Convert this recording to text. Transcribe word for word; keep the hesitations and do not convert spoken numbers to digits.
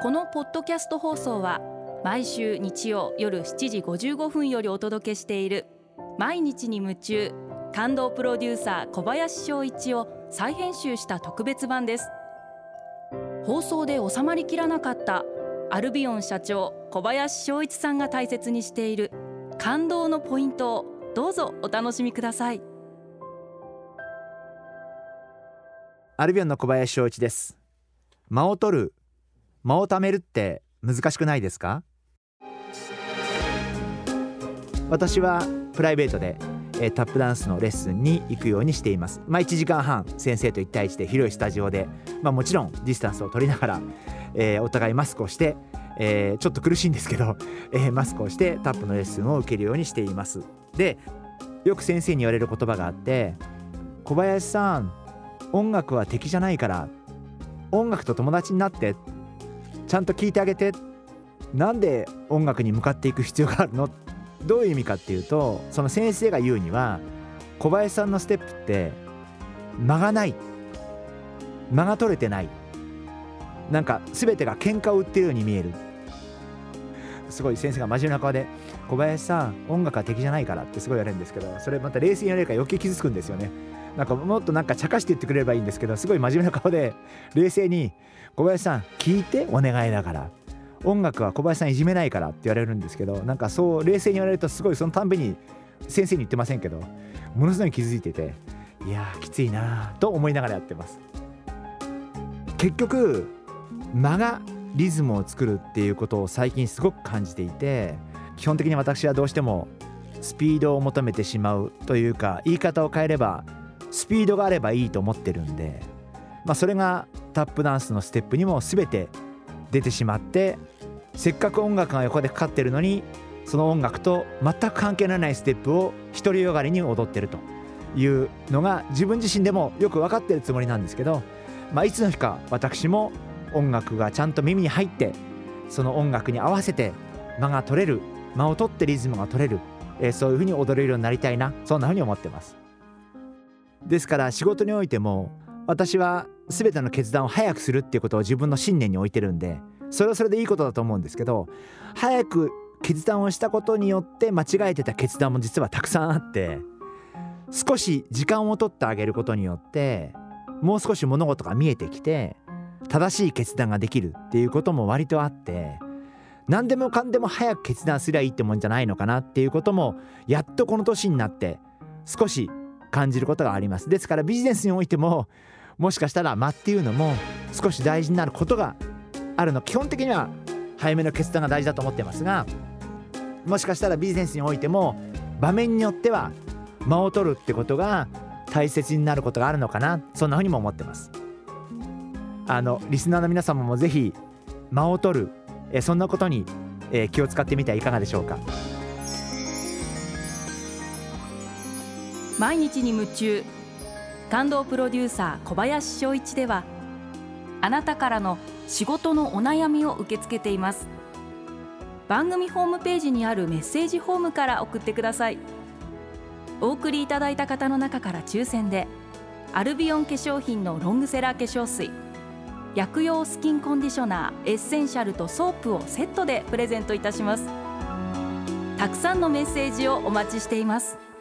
このポッドキャスト放送は毎週日曜夜しちじごじゅうごふんよりお届けしている毎日に夢中感動プロデューサー小林翔一を再編集した特別版です。放送で収まりきらなかったアルビオン社長小林翔一さんが大切にしている感動のポイントをどうぞお楽しみください。 アルビオンの小林翔一です。間を取る、間を貯めるって難しくないですか？私はプライベートでえタップダンスのレッスンに行くようにしています。まあ、いちじかんはん先生といち対いちで広いスタジオで、まあ、もちろんディスタンスを取りながら、えー、お互いマスクをして、えー、ちょっと苦しいんですけど、えー、マスクをしてタップのレッスンを受けるようにしています。で、よく先生に言われる言葉があって、小林さん、音楽は敵じゃないから音楽と友達になって、ちゃんと聴いてあげて、なんで音楽に向かっていく必要があるの？どういう意味かっていうと、その先生が言うには、小林さんのステップって間がない、間が取れてない、なんか全てが喧嘩を売ってるように見える。すごい先生が真面目な顔で、小林さん音楽は敵じゃないからってすごい言われるんですけど、それまた冷静に言われるから余計傷つくんですよね。なんかもっとなんか茶化して言ってくれればいいんですけど、すごい真面目な顔で冷静に、小林さん聞いてお願いだから、音楽は小林さんいじめないからって言われるんですけど、なんかそう冷静に言われると、すごいそのたんびに先生に言ってませんけど、ものすごい気づいてて、いやーきついなと思いながらやってます。結局間がリズムを作るっていうことを最近すごく感じていて、基本的に私はどうしてもスピードを求めてしまうというか、言い方を変えればスピードがあればいいと思ってるんで、まあ、それがタップダンスのステップにも全て出てしまって、せっかく音楽が横でかかってるのに、その音楽と全く関係のないステップを独りよがりに踊ってるというのが自分自身でもよく分かってるつもりなんですけど、まあ、いつの日か私も音楽がちゃんと耳に入って、その音楽に合わせて間が取れる、間を取ってリズムが取れる、えー、そういう風に踊れるようになりたいな、そんな風に思ってます。ですから仕事においても、私は全ての決断を早くするっていうことを自分の信念に置いてるんで、それはそれでいいことだと思うんですけど、早く決断をしたことによって間違えてた決断も実はたくさんあって、少し時間を取ってあげることによってもう少し物事が見えてきて、正しい決断ができるっていうことも割とあって、何でもかんでも早く決断すりゃいいってもんじゃないのかなっていうことも、やっとこの年になって少し感じることがあります。ですからビジネスにおいても、もしかしたら間っていうのも少し大事になることがあるの。基本的には早めの決断が大事だと思ってますが、もしかしたらビジネスにおいても場面によっては間を取るってことが大切になることがあるのかな、そんなふうにも思ってます。あのリスナーの皆様もぜひ間を取る、えそんなことに、えー、気を使ってみてはいかがでしょうか。 毎日に夢中感動プロデューサー小林翔一では、あなたからの仕事のお悩みを受け付けています。番組ホームページにあるメッセージフォームから送ってください。お送りいただいた方の中から抽選で、アルビオン化粧品のロングセラー化粧水、薬用スキンコンディショナーエッセンシャルとソープをセットでプレゼントいたします。たくさんのメッセージをお待ちしています。